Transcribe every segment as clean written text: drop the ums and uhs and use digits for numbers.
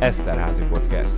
Eszterházy Podcast.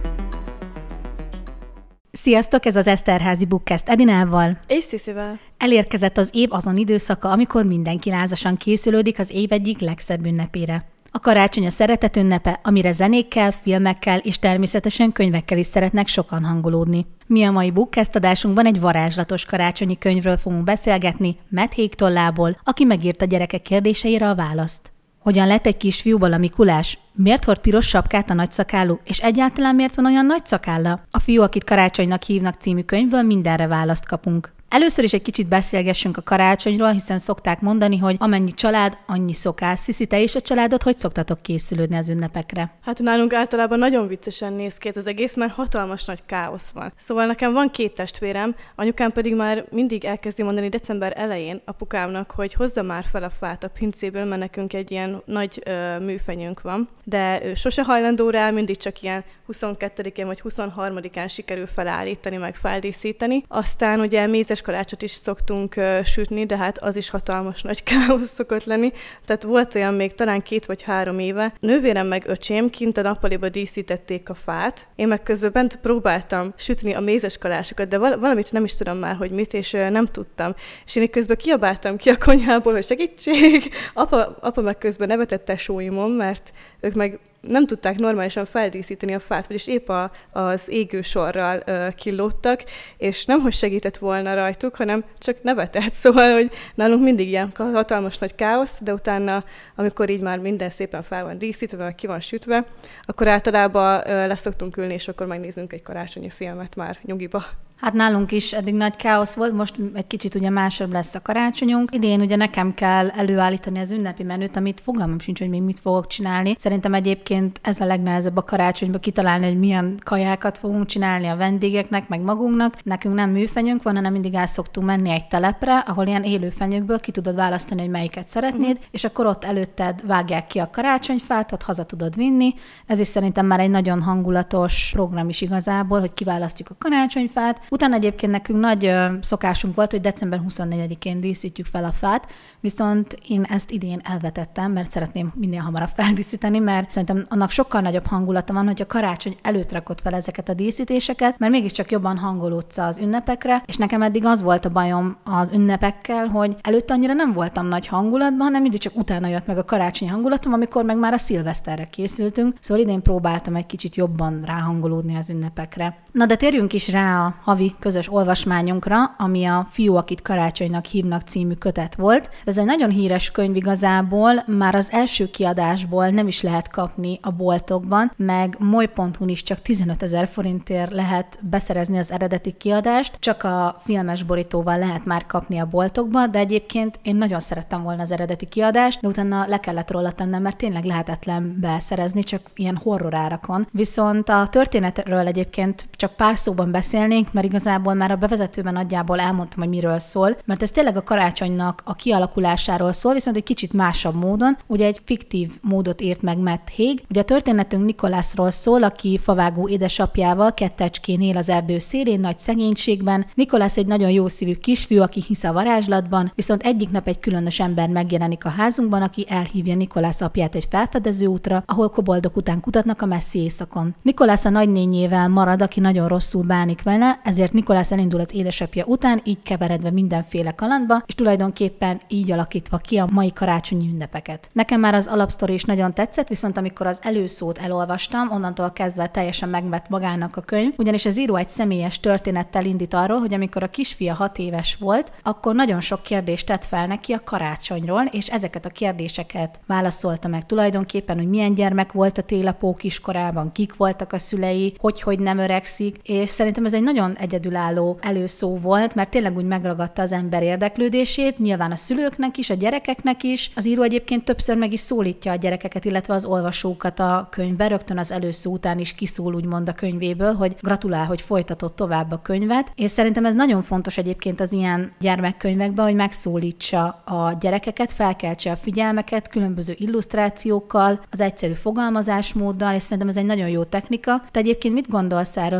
Sziasztok, ez az Eszterházy Bookcast Edinával és Sziszivel. Elérkezett az év azon időszaka, amikor mindenki lázasan készülődik az év egyik legszebb ünnepére. A karácsony a szeretet ünnepe, amire zenékkel, filmekkel és természetesen könyvekkel is szeretnek sokan hangolódni. Mi a mai Bookcast adásunkban egy varázslatos karácsonyi könyvről fogunk beszélgetni, Matt Haig tollából, aki megírta gyerekek kérdéseire a választ. Hogyan lett egy kisfiúból a Mikulás? Miért hord piros sapkát a nagyszakálú? És egyáltalán miért van olyan nagy szakálla? A fiú, akit karácsonynak hívnak című könyvből mindenre választ kapunk. Először is egy kicsit beszélgessünk a karácsonyról, hiszen szokták mondani, hogy amennyi család, annyi szokás. Sziszi, te és a családod hogy szoktatok készülődni az ünnepekre? Hát nálunk általában nagyon viccesen néz ki ez az egész, mert hatalmas nagy káosz van. Szóval nekem van 2 testvérem, anyukám pedig már mindig elkezdi mondani december elején apukámnak, hogy hozza már fel a fát a pincéből, mert nekünk egy ilyen nagy műfenyőnk van. De ő sose hajlandó rá, mindig csak ilyen 22-én vagy 23-án sikerül felállítani, meg feldíszíteni. Aztán ugye mézes kalácsot is szoktunk sütni, de hát az is hatalmas nagy káosz szokott lenni. Tehát volt olyan még talán 2 vagy 3 éve. Nővérem meg öcsém kint a nappaliba díszítették a fát. Én meg közben bent próbáltam sütni a mézes kalácsokat, de valamit nem is tudom már, hogy mit, és nem tudtam. És én közben kiabáltam ki a konyhából, hogy segítség! Apa meg közben nevetett tesóimon, mert ők meg nem tudták normálisan feldíszíteni a fát, vagyis épp az égő sorral kilódtak, és nemhogy segített volna rajtuk, hanem csak nevetett. Szóval, hogy nálunk mindig ilyen hatalmas nagy káosz, de utána, amikor így már minden szépen fel van díszítve, vagy ki van sütve, akkor általában leszoktunk ülni, és akkor megnézzünk egy karácsonyi filmet már nyugiba. Hát nálunk is eddig nagy káosz volt, most egy kicsit ugye másabb lesz a karácsonyunk. Idén ugye nekem kell előállítani az ünnepi menüt, amit fogalmam sincs, hogy még mit fogok csinálni. Szerintem egyébként ez a legnehezebb a karácsonyba kitalálni, hogy milyen kajákat fogunk csinálni a vendégeknek, meg magunknak. Nekünk nem műfenyőnk van, hanem mindig el szoktunk menni egy telepre, ahol ilyen élő fenyőkből ki tudod választani, hogy melyiket szeretnéd, és akkor ott előtted vágják ki a karácsonyfát, ott haza tudod vinni. Ez is szerintem már egy nagyon hangulatos program is igazából, hogy kiválasztjuk a karácsonyfát. Utána egyébként nekünk nagy szokásunk volt, hogy december 24-én díszítjük fel a fát, viszont én ezt idén elvetettem, mert szeretném minél hamarabb feldíszíteni, mert szerintem annak sokkal nagyobb hangulata van, hogy a karácsony előtt rakod fel ezeket a díszítéseket, mert mégiscsak jobban hangolódsz az ünnepekre, és nekem eddig az volt a bajom az ünnepekkel, hogy előtt annyira nem voltam nagy hangulatban, hanem mindig csak utána jött meg a karácsonyi hangulatom, amikor meg már a szilveszterre készültünk, szóval idén próbáltam egy kicsit jobban ráhangolódni az ünnepekre. Na de térjünk is rá a havi közös olvasmányunkra, ami a Fiú, akit karácsonynak hívnak című kötet volt. Ez egy nagyon híres könyv igazából, már az első kiadásból nem is lehet kapni a boltokban, meg moly.hu-n is csak 15 000 forintért lehet beszerezni az eredeti kiadást, csak a filmes borítóval lehet már kapni a boltokba, de egyébként én nagyon szerettem volna az eredeti kiadást, de utána le kellett róla tennem, mert tényleg lehetetlen beszerezni, csak ilyen horrorárakon. Viszont a történetről egyébként csak pár szóban beszélnénk, mert igazából már a bevezetőben nagyjából elmondtam, hogy miről szól, mert ez tényleg a karácsonynak a kialakulásáról szól, viszont egy kicsit másabb módon. Ugye egy fiktív módot írt meg Matt Haig. Ugye a történetünk Nicholasról szól, aki favágó édesapjával kettecskén él az erdő szélén, nagy szegénységben. Nicholas egy nagyon jó szívű kisfiú, aki hisz a varázslatban, viszont egyik nap egy különös ember megjelenik a házunkban, aki elhívja Nicholas apját egy felfedező útra, ahol koboldok után kutatnak a messzi éjszakon. Nicholas a nagynényével marad, aki nagyon rosszul bánik vele, ezért Nicholas elindul az édesapja után, így keveredve mindenféle kalandba, és tulajdonképpen így alakítva ki a mai karácsonyi ünnepeket. Nekem már az alapsztori is nagyon tetszett, viszont amikor az előszót elolvastam, onnantól kezdve teljesen megvett magának a könyv, ugyanis az író egy személyes történettel indít arról, hogy amikor a kisfia 6 éves volt, akkor nagyon sok kérdést tett fel neki a karácsonyról, és ezeket a kérdéseket válaszolta meg tulajdonképpen, hogy milyen gyermek volt a télapó kiskorában, kik voltak a szülei, hogy nem öregszik, és szerintem ez egy nagyon egyedülálló előszó volt, mert tényleg úgy megragadta az ember érdeklődését, nyilván a szülőknek is, a gyerekeknek is. Az író egyébként többször meg is szólítja a gyerekeket, illetve az olvasókat a könyvbe, rögtön az előszó után is kiszól úgymond a könyvéből, hogy gratulál, hogy folytatott tovább a könyvet. És szerintem ez nagyon fontos egyébként az ilyen gyermekkönyvekben, hogy megszólítsa a gyerekeket, felkeltse a figyelmeket különböző illusztrációkkal, az egyszerű fogalmazásmóddal, és szerintem ez egy nagyon jó technika. Te egyébként mit gondolsz erről,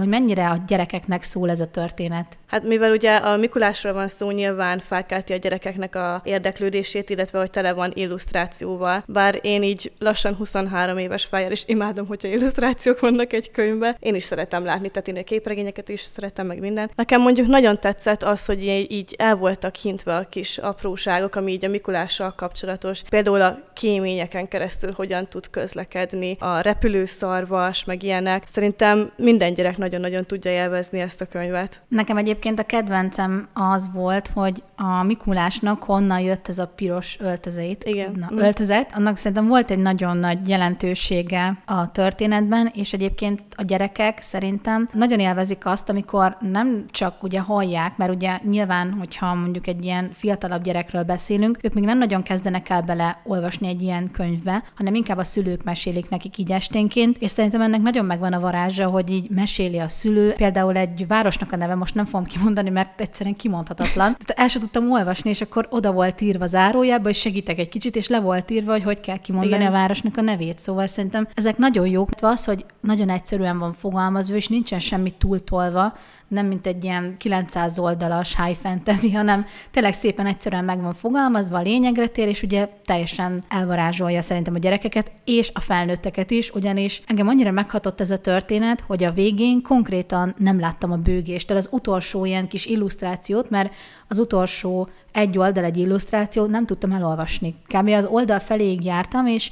hogy mennyire a gyerekeknek szól ez a történet? Hát mivel ugye a Mikulásról van szó, nyilván felkelti a gyerekeknek a érdeklődését, illetve hogy tele van illusztrációval. Bár én így lassan 23 éves fejjel is imádom, hogyha illusztrációk vannak egy könyvben. Én is szeretem látni, tehát én a képregényeket is szeretem, meg minden. Nekem mondjuk nagyon tetszett az, hogy így el voltak hintve a kis apróságok, ami így a Mikulással kapcsolatos. Például a kéményeken keresztül hogyan tud közlekedni, a repülőszarvas, meg ilyenek. Szerintem minden gyerek nagyon-nagyon tudja élvezni ezt a könyvet. Nekem egyébként a kedvencem az volt, hogy a Mikulásnak honnan jött ez a piros öltözét. Igen. Öltözet. Annak szerintem volt egy nagyon nagy jelentősége a történetben, és egyébként a gyerekek szerintem nagyon élvezik azt, amikor nem csak ugye hallják, mert ugye nyilván, hogyha mondjuk egy ilyen fiatalabb gyerekről beszélünk, ők még nem nagyon kezdenek el beleolvasni egy ilyen könyvbe, hanem inkább a szülők mesélik nekik így esténként, és szerintem ennek nagyon megvan a varázsa, hogy így meséli a szülő. Például egy városnak a neve, most nem fogom kimondani, mert egyszerűen kimondhatatlan. El sem tudtam olvasni, és akkor oda volt írva zárójelbe, hogy segítek egy kicsit, és le volt írva, hogy kell kimondani a városnak a nevét. Szóval szerintem ezek nagyon jók. Az, hogy nagyon egyszerűen van fogalmazva, és nincsen semmi túltolva, nem mint egy ilyen 900 oldalas high fantasy, hanem tényleg szépen egyszerűen meg van fogalmazva, a lényegre tér, és ugye teljesen elvarázsolja szerintem a gyerekeket, és a felnőtteket is, ugyanis engem annyira meghatott ez a történet, hogy a végén konkrétan nem láttam a bőgéstől az utolsó ilyen kis illusztrációt, mert az utolsó egy oldal egy illusztrációt nem tudtam elolvasni. Kb. Az oldal feléig jártam, és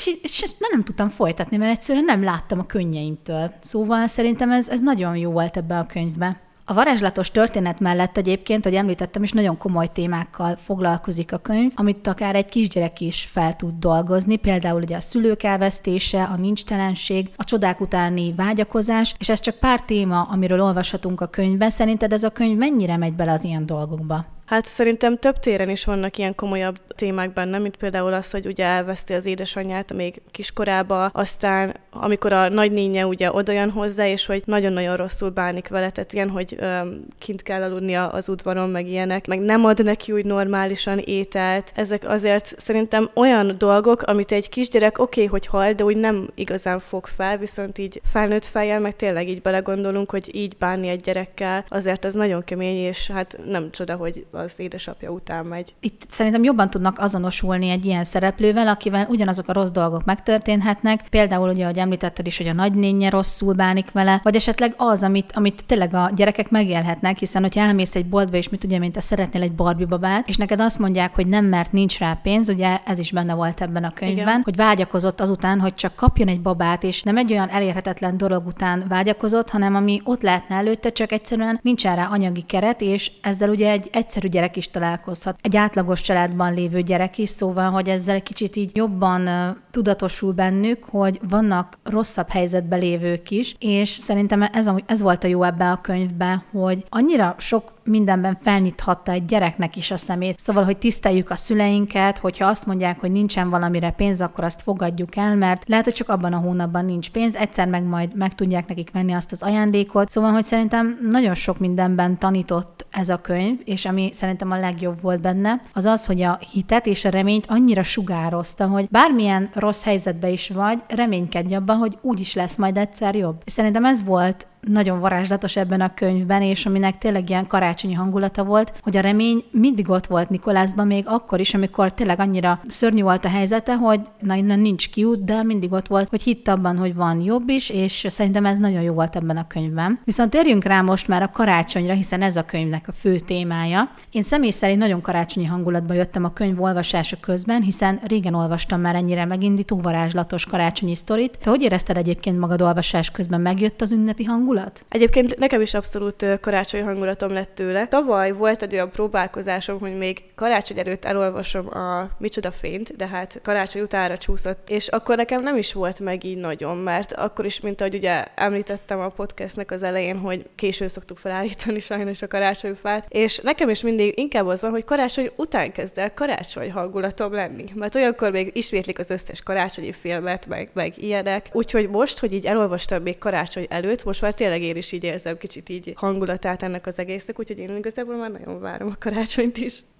nem tudtam folytatni, mert egyszerűen nem láttam a könnyeimtől. Szóval szerintem ez nagyon jó volt ebbe a könyvbe. A varázslatos történet mellett egyébként, hogy említettem is, nagyon komoly témákkal foglalkozik a könyv, amit akár egy kisgyerek is fel tud dolgozni, például ugye a szülők elvesztése, a nincstelenség, a csodák utáni vágyakozás, és ez csak pár téma, amiről olvashatunk a könyvben. Szerinted ez a könyv mennyire megy bele az ilyen dolgokba? Hát szerintem több téren is vannak ilyen komolyabb témák benne, mint például az, hogy ugye elveszti az édesanyját még kiskorába, aztán amikor a nagynénye ugye odajön hozzá, és hogy nagyon-nagyon rosszul bánik vele, tehát ilyen, hogy kint kell aludnia az udvaron, meg ilyenek, meg nem ad neki úgy normálisan ételt. Ezek azért szerintem olyan dolgok, amit egy kisgyerek oké, hogy hall, de úgy nem igazán fog fel, viszont így felnőtt fejjel, meg tényleg így belegondolunk, hogy így bánni egy gyerekkel, azért az nagyon kemény, és hát nem csoda, hogy az édesapja után megy. Itt szerintem jobban tudnak azonosulni egy ilyen szereplővel, akivel ugyanazok a rossz dolgok megtörténhetnek. Például ugye, ahogy említetted is, hogy a nagynénje rosszul bánik vele, vagy esetleg az, amit tényleg a gyerekek megélhetnek, hiszen hogyha elmész egy boltba, és mit ugye, mint te szeretnél egy Barbie babát, és neked azt mondják, hogy nem, mert nincs rá pénz, ugye ez is benne volt ebben a könyvben, igen, hogy vágyakozott azután, hogy csak kapjon egy babát, és nem egy olyan elérhetetlen dolog után vágyakozott, hanem ami ott lehetne előtte, csak egyszerűen nincs rá anyagi keret, és ezzel ugye egy egyszerű gyerek is találkozhat. Egy átlagos családban lévő gyerek is, szóval, hogy ezzel kicsit így jobban tudatosul bennük, hogy vannak rosszabb helyzetben lévők is, és szerintem ez volt a jó ebben a könyvben, hogy annyira sok mindenben felnyithatta egy gyereknek is a szemét. Szóval, hogy tiszteljük a szüleinket, hogyha azt mondják, hogy nincsen valamire pénz, akkor azt fogadjuk el, mert lehet, hogy csak abban a hónapban nincs pénz, egyszer majd meg tudják nekik venni azt az ajándékot. Szóval, hogy szerintem nagyon sok mindenben tanított ez a könyv, és ami szerintem a legjobb volt benne, az az, hogy a hitet és a reményt annyira sugározta, hogy bármilyen rossz helyzetben is vagy, reménykedj abban, hogy úgyis lesz majd egyszer jobb. És szerintem ez volt nagyon varázslatos ebben a könyvben, és aminek tényleg ilyen karácsonyi hangulata volt, hogy a remény mindig ott volt Nikolászban, még akkor is, amikor tényleg annyira szörnyű volt a helyzete, hogy na innen nincs kiút, de mindig ott volt, hogy hitt abban, hogy van jobb is, és szerintem ez nagyon jó volt ebben a könyvben. Viszont térjünk rá most már a karácsonyra, hiszen ez a könyvnek a fő témája. Én személy szerint nagyon karácsonyi hangulatba jöttem a könyv olvasása közben, hiszen régen olvastam már ennyire megindító varázslatos karácsonyi sztorit. Te hogy érezted egyébként magad olvasás közben? Megjött az ünnepi hangulat? Egyébként nekem is abszolút karácsonyi hangulatom lett tőle. Tavaly volt egy olyan próbálkozásom, hogy még karácsony előtt elolvasom a Micsoda fényt, de hát karácsony utára csúszott, és akkor nekem nem is volt meg így nagyon, mert akkor is, mint ahogy ugye említettem a podcastnek az elején, hogy későn szoktuk felállítani sajnos a karácsonyfát, és nekem is mindig inkább az van, hogy karácsony után kezd el karácsony hangulatom lenni, mert olyankor még ismétlik az összes karácsonyi filmet, meg ilyenek. Úgyhogy most, hogy így elolvastam még karácsony előtt, most már tényleg én is így érzem kicsit így hangulatát ennek az egésznek, úgyhogy én igazából már nagyon várom a karácsonyt is.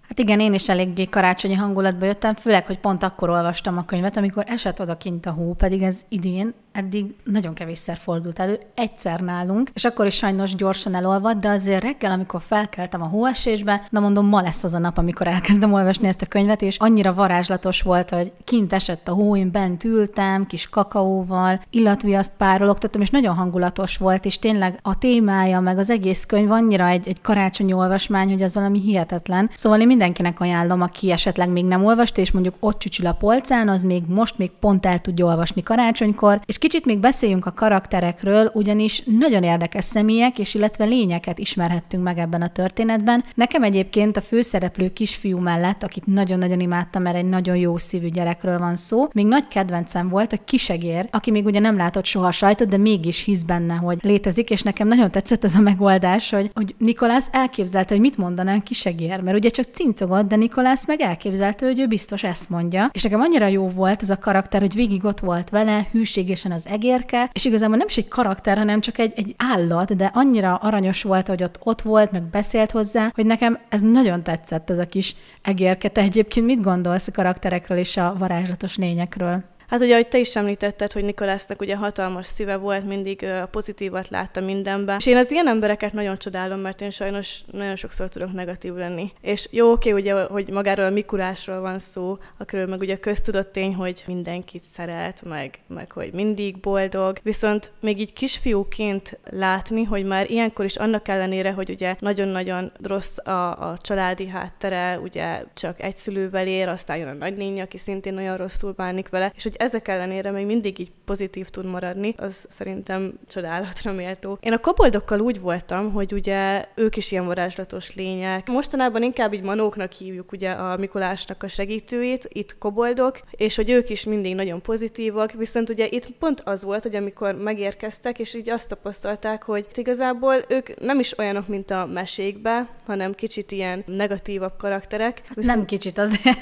Hát igen, én is eléggé karácsonyi hangulatba jöttem, főleg, hogy pont akkor olvastam a könyvet, amikor esett odakint a hó, pedig ez idén eddig nagyon kevésszer fordult elő, egyszer nálunk, és akkor is sajnos gyorsan elolvadt, de azért reggel, amikor felkeltem a hóesésbe, na mondom, ma lesz az a nap, amikor elkezdem olvasni ezt a könyvet, és annyira varázslatos volt, hogy kint esett a hó, én bent ültem, kis kakaóval, illatviaszt párologtattam, és nagyon hangulatos volt, és tényleg a témája, meg az egész könyv annyira egy karácsonyi olvasmány, hogy az valami hihetetlen. Szóval én mindenkinek ajánlom, aki esetleg még nem olvasta, és mondjuk ott csücsül a polcán, az most még pont el tudja olvasni karácsonykor, és kicsit még beszéljünk a karakterekről, ugyanis nagyon érdekes személyek, és illetve lényeket ismerhettünk meg ebben a történetben. Nekem egyébként a főszereplő kisfiú mellett, akit nagyon-nagyon imádtam, mert egy nagyon jó szívű gyerekről van szó, még nagy kedvencem volt a Kisegér, aki még ugye nem látott soha sajtot, de mégis hisz benne, hogy létezik, és nekem nagyon tetszett ez a megoldás, hogy Nikolász elképzelte, hogy mit mondaná Kisegér, mert ugye csak cincogott, de Nikolász meg elképzelte, hogy ő biztos ezt mondja. És nekem annyira jó volt ez a karakter, hogy végig ott volt vele, hűségesen az egérke, és igazából nem is egy karakter, hanem csak egy állat, de annyira aranyos volt, hogy ott volt, meg beszélt hozzá, hogy nekem ez nagyon tetszett, ez a kis egérke. Te egyébként mit gondolsz a karakterekről és a varázslatos lényekről? Hát ugye, ahogy te is említetted, hogy Nikolásznak ugye hatalmas szíve volt, mindig a pozitívat látta mindenben. És én az ilyen embereket nagyon csodálom, mert én sajnos nagyon sokszor tudok negatív lenni. És jó, oké, ugye, hogy magáról a Mikulásról van szó, akiről meg ugye köztudott tény, hogy mindenkit szeret, meg hogy mindig boldog. Viszont még így kisfiúként látni, hogy már ilyenkor is annak ellenére, hogy ugye nagyon-nagyon rossz a családi háttere, ugye csak egy szülővel ér, aztán jön a nagynéni, aki szintén nagyon rosszul bánik vele, és hogy ezek ellenére még mindig így pozitív tud maradni, az szerintem csodálatra méltó. Én a koboldokkal úgy voltam, hogy ugye ők is ilyen varázslatos lények. Mostanában inkább így manóknak hívjuk ugye a Mikulásnak a segítőit, itt koboldok, és hogy ők is mindig nagyon pozitívak, viszont ugye itt pont az volt, hogy amikor megérkeztek, és így azt tapasztalták, hogy igazából ők nem is olyanok, mint a mesékbe, hanem kicsit ilyen negatívabb karakterek. Viszont... Nem kicsit azért,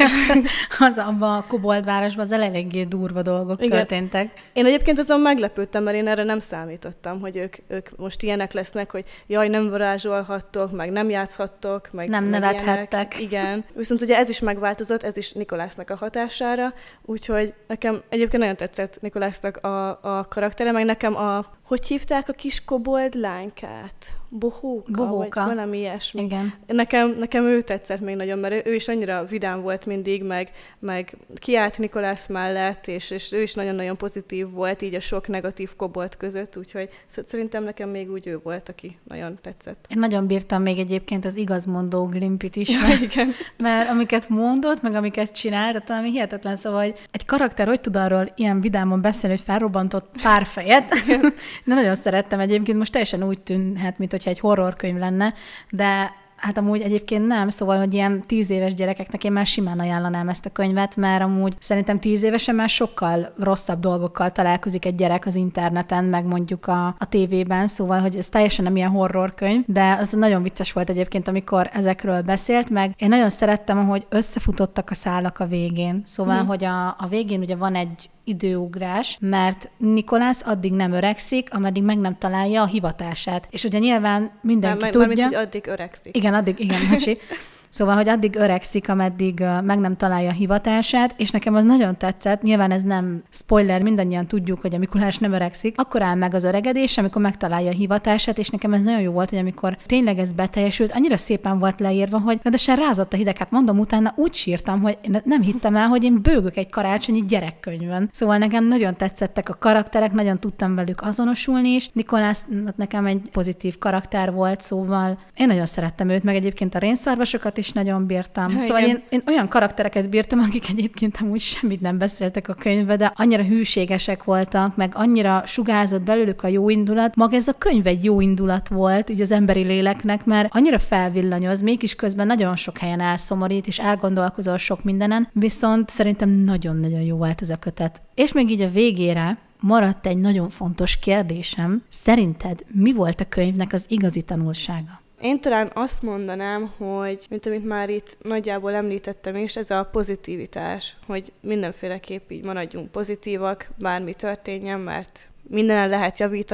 az abban a koboldvárosban az eléggé durva dolgok történtek. Én egyébként azon meglepődtem, mert én erre nem számítottam, hogy ők most ilyenek lesznek, hogy jaj, nem varázsolhattok, meg nem játszhattok, meg nem nevethettek. Igen. Viszont ugye ez is megváltozott, ez is Nikolásznak a hatására, úgyhogy nekem egyébként nagyon tetszett Nikolásznak a karaktere, meg nekem hogy hívták a kis kobold lánykát? Bohóka, vagy valami ilyesmi. Igen. Nekem ő tetszett még nagyon, mert ő is annyira vidám volt mindig, meg kiállt Nikolász mellett, és ő is nagyon-nagyon pozitív volt, így a sok negatív kobold között, úgyhogy szerintem nekem még úgy ő volt, aki nagyon tetszett. Én nagyon bírtam még egyébként az igazmondó Glimpit is, igen. Mert amiket mondott, meg amiket csinált, tehát valami hihetetlen, szóval, hogy egy karakter hogy tud arról ilyen vidámon beszélni, hogy felrobbantott pár fejet. De nagyon szerettem egyébként, most teljesen úgy tűnhet, mintha egy horrorkönyv lenne, de hát amúgy egyébként nem, szóval, hogy ilyen 10 éves gyerekeknek én már simán ajánlanám ezt a könyvet, mert amúgy szerintem 10 évesen már sokkal rosszabb dolgokkal találkozik egy gyerek az interneten, meg mondjuk a tévében, szóval, hogy ez teljesen nem ilyen horrorkönyv, de az nagyon vicces volt egyébként, amikor ezekről beszélt, meg én nagyon szerettem, ahogy összefutottak a szálak a végén, szóval, hogy a végén ugye van egy időugrás, mert Nikolász addig nem öregszik, ameddig meg nem találja a hivatását. És ugye nyilván mindenki tudja... Mármint, hogy addig öregszik. Igen, bocsi. Szóval, hogy addig öregszik, ameddig meg nem találja a hivatását, és nekem az nagyon tetszett, nyilván ez nem spoiler, mindannyian tudjuk, hogy a Mikulás nem öregszik, akkor áll meg az öregedés, amikor megtalálja a hivatását, és nekem ez nagyon jó volt, hogy amikor tényleg ez beteljesült, annyira szépen volt leírva, hogy de rázott a hideg, hát mondom, utána úgy sírtam, hogy nem hittem el, hogy én bőgök egy karácsonyi gyerekkönyvön. Szóval nekem nagyon tetszettek a karakterek, nagyon tudtam velük azonosulni is. Nikolász nekem egy pozitív karakter volt, szóval én nagyon szerettem őt, meg egyébként a rénszarvasokat is nagyon bírtam. Ha, szóval én olyan karaktereket bírtam, akik egyébként amúgy semmit nem beszéltek a könyvbe, de annyira hűségesek voltak, meg annyira sugárzott belőlük a jó indulat. Maga ez a könyv egy jó indulat volt, így az emberi léleknek, mert annyira felvillanyoz, mégis közben nagyon sok helyen elszomorít, és elgondolkozol sok mindenen, viszont szerintem nagyon-nagyon jó volt ez a kötet. És még így a végére maradt egy nagyon fontos kérdésem. Szerinted mi volt a könyvnek az igazi tanulsága? Én talán azt mondanám, hogy, mint amit már itt nagyjából említettem is, ez a pozitivitás, hogy mindenféleképp így maradjunk pozitívak, bármi történjen, mert mindenen lehet javítani,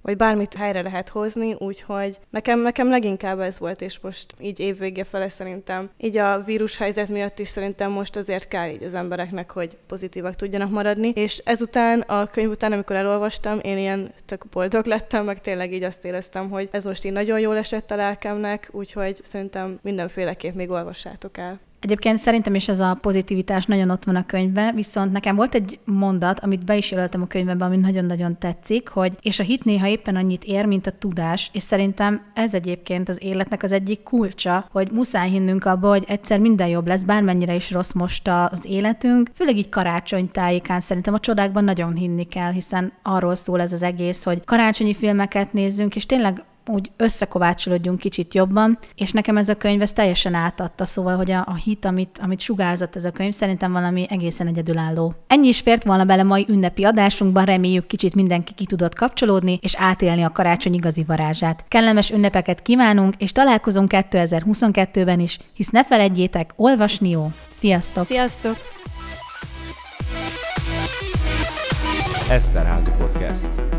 vagy bármit helyre lehet hozni, úgyhogy nekem leginkább ez volt, és most így évvége fele szerintem. Így a vírushelyzet miatt is szerintem most azért kell így az embereknek, hogy pozitívak tudjanak maradni, és ezután, a könyv után, amikor elolvastam, én ilyen tök boldog lettem, meg tényleg így azt éreztem, hogy ez most így nagyon jól esett a lelkemnek, úgyhogy szerintem mindenféleképp még olvassátok el. Egyébként szerintem is ez a pozitivitás nagyon ott van a könyvben, viszont nekem volt egy mondat, amit be is jelöltem a könyvembe, ami nagyon-nagyon tetszik, hogy és a hit néha éppen annyit ér, mint a tudás, és szerintem ez egyébként az életnek az egyik kulcsa, hogy muszáj hinnünk abba, hogy egyszer minden jobb lesz, bármennyire is rossz most az életünk, főleg így karácsony tájékán szerintem a csodákban nagyon hinni kell, hiszen arról szól ez az egész, hogy karácsonyi filmeket nézzünk, és tényleg úgy összekovácsolódjunk kicsit jobban, és nekem ez a könyv ezt teljesen átadta, szóval, hogy a hit, amit sugárzott ez a könyv, szerintem valami egészen egyedülálló. Ennyi is fért volna bele mai ünnepi adásunkban, reméljük kicsit mindenki ki tudott kapcsolódni, és átélni a karácsony igazi varázsát. Kellemes ünnepeket kívánunk, és találkozunk 2022-ben is, hisz ne feledjétek, olvasni jó! Sziasztok! Sziasztok! Eszterházi Podcast.